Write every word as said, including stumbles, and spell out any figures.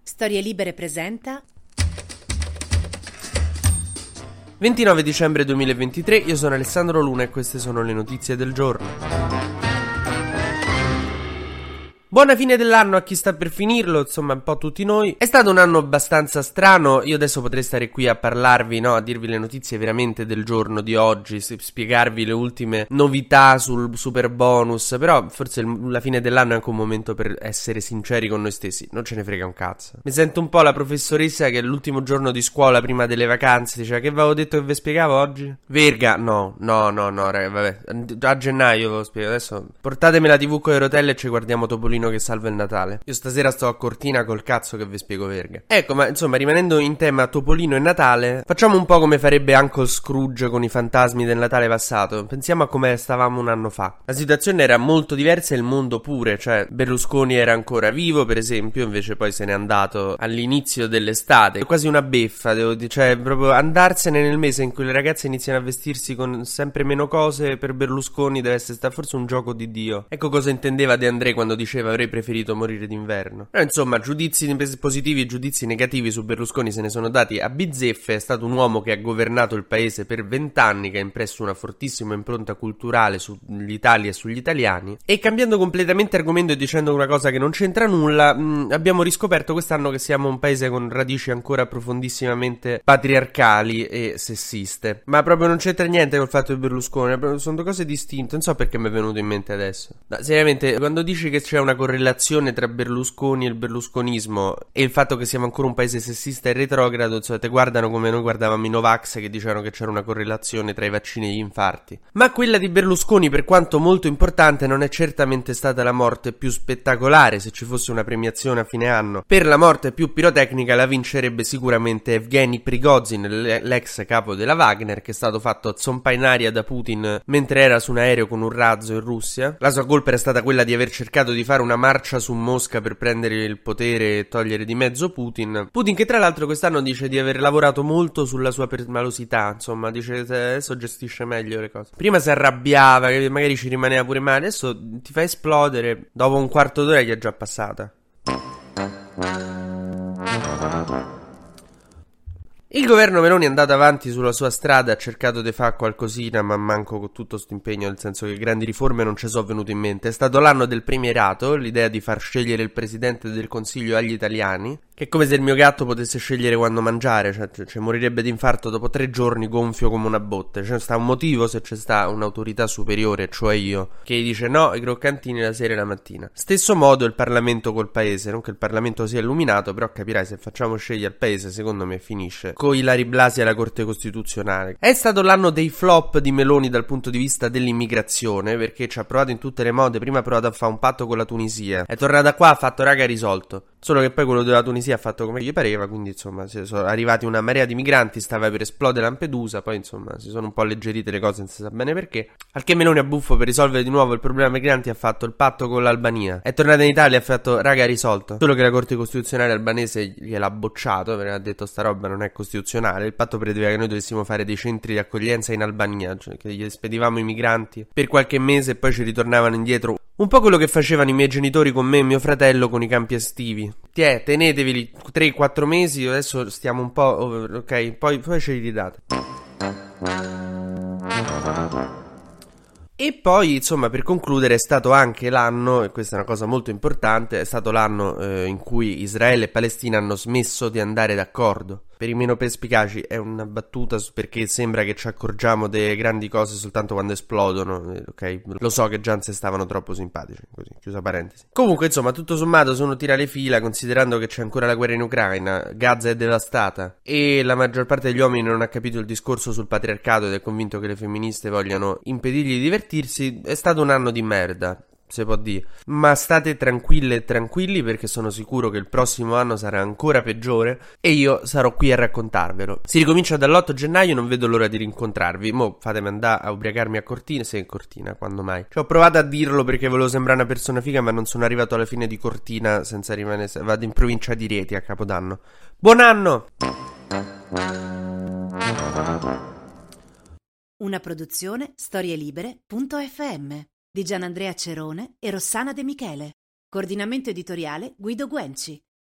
Storie Libere presenta ventinove dicembre duemilaventitré, io sono Alessandro Luna e queste sono le notizie del giorno. Buona fine dell'anno a chi sta per finirlo, insomma un po' tutti noi. È stato un anno abbastanza strano, io adesso potrei stare qui a parlarvi, no, a dirvi le notizie veramente del giorno di oggi, spiegarvi le ultime novità sul super bonus, però forse il, la fine dell'anno è anche un momento per essere sinceri con noi stessi, non ce ne frega un cazzo. Mi sento un po' la professoressa che l'ultimo giorno di scuola prima delle vacanze diceva: che vi avevo detto che vi spiegavo oggi? Verga, no, no, no, no, raga, vabbè, a gennaio ve lo spiego, adesso portatemi la tivù con le rotelle e ci guardiamo Topolino che salva il Natale. Io stasera sto a Cortina col cazzo che vi spiego verga. Ecco, ma insomma, rimanendo in tema Topolino e Natale, facciamo un po' come farebbe Uncle Scrooge con i fantasmi del Natale passato. Pensiamo a come stavamo un anno fa. La situazione era molto diversa e il mondo pure, cioè Berlusconi era ancora vivo, per esempio, invece poi se n'è andato all'inizio dell'estate. È quasi una beffa, devo dire, cioè proprio andarsene nel mese in cui le ragazze iniziano a vestirsi con sempre meno cose, per Berlusconi deve essere stato forse un gioco di Dio. Ecco cosa intendeva De André quando diceva: avrei preferito morire d'inverno. Però insomma, giudizi positivi e giudizi negativi su Berlusconi se ne sono dati a bizzeffe. È stato un uomo che ha governato il paese per vent'anni, che ha impresso una fortissima impronta culturale sull'Italia e sugli italiani. E cambiando completamente argomento e dicendo una cosa che non c'entra nulla, mh, abbiamo riscoperto quest'anno che siamo un paese con radici ancora profondissimamente patriarcali e sessiste. Ma proprio non c'entra niente col fatto di Berlusconi, sono due cose distinte, non so perché mi è venuto in mente adesso. No, seriamente, quando dici che c'è una correlazione tra Berlusconi e il berlusconismo e il fatto che siamo ancora un paese sessista e retrogrado, cioè te guardano come noi guardavamo i Novax che dicevano che c'era una correlazione tra i vaccini e gli infarti. Ma quella di Berlusconi, per quanto molto importante, non è certamente stata la morte più spettacolare. Se ci fosse una premiazione a fine anno per la morte più pirotecnica, la vincerebbe sicuramente Evgeny Prigozhin, l'ex capo della Wagner, che è stato fatto zompa in aria da Putin mentre era su un aereo con un razzo in Russia. La sua colpa era stata quella di aver cercato di fare una marcia su Mosca per prendere il potere e togliere di mezzo Putin. Putin che tra l'altro quest'anno dice di aver lavorato molto sulla sua permalosità, insomma dice che adesso gestisce meglio le cose. Prima si arrabbiava, che magari ci rimaneva pure male, adesso ti fa esplodere, dopo un quarto d'ora gli è già passata. Il governo Meloni è andato avanti sulla sua strada, ha cercato di fare qualcosina, ma manco con tutto sto impegno, nel senso che grandi riforme non ci sono venute in mente. È stato l'anno del premierato, l'idea di far scegliere il presidente del consiglio agli italiani, che è come se il mio gatto potesse scegliere quando mangiare, cioè, cioè morirebbe di infarto dopo tre giorni gonfio come una botte. C'è sta un motivo se c'è sta un'autorità superiore, cioè io, che gli dice no ai croccantini la sera e la mattina. Stesso modo il Parlamento col paese, non che il Parlamento sia illuminato, però capirai, se facciamo scegliere il paese, secondo me finisce con Ilari Blasi alla Corte Costituzionale. È stato l'anno dei flop di Meloni dal punto di vista dell'immigrazione, perché ci ha provato in tutte le mode. Prima ha provato a fare un patto con la Tunisia, è tornata qua, ha fatto raga risolto, solo che poi quello della Tunisia ha fatto come gli pareva, quindi insomma sono arrivati una marea di migranti, stava per esplodere Lampedusa, poi insomma si sono un po' alleggerite le cose, non si sa bene perché. Al che Meloni a buffo, per risolvere di nuovo il problema migranti, ha fatto il patto con l'Albania, è tornata in Italia e ha fatto raga risolto, solo che la Corte Costituzionale albanese gliel'ha bocciato perché ha detto sta roba non è costituzionale. Il patto prevedeva che noi dovessimo fare dei centri di accoglienza in Albania, cioè che gli spedivamo i migranti per qualche mese e poi ci ritornavano indietro. Un po' quello che facevano i miei genitori con me e mio fratello con i campi estivi. Tiè, tenetevi tre quattro mesi, adesso stiamo un po', ok, poi, poi ce li ridate. E poi, insomma, per concludere, è stato anche l'anno, e questa è una cosa molto importante, è stato l'anno eh, in cui Israele e Palestina hanno smesso di andare d'accordo. Per i meno perspicaci è una battuta perché sembra che ci accorgiamo delle grandi cose soltanto quando esplodono, ok? Lo so che già non si stavano troppo simpatici, così, chiusa parentesi. Comunque, insomma, tutto sommato sono tira le fila, considerando che c'è ancora la guerra in Ucraina, Gaza è devastata e la maggior parte degli uomini non ha capito il discorso sul patriarcato ed è convinto che le femministe vogliano impedirgli di divertirsi. È stato un anno di merda, si può dire, ma state tranquille e tranquilli perché sono sicuro che il prossimo anno sarà ancora peggiore e io sarò qui a raccontarvelo. Si ricomincia dall'otto gennaio, non vedo l'ora di rincontrarvi. Mo fatemi andare a ubriacarmi a Cortina, se in Cortina, quando mai. Ci ho provato a dirlo perché volevo sembrare una persona figa, ma non sono arrivato alla fine di Cortina senza rimanere. Vado in provincia di Rieti a Capodanno. Buon anno! Una produzione storielibere punto effe emme di Gianandrea Cerone e Rossana De Michele. Coordinamento editoriale Guido Guenci.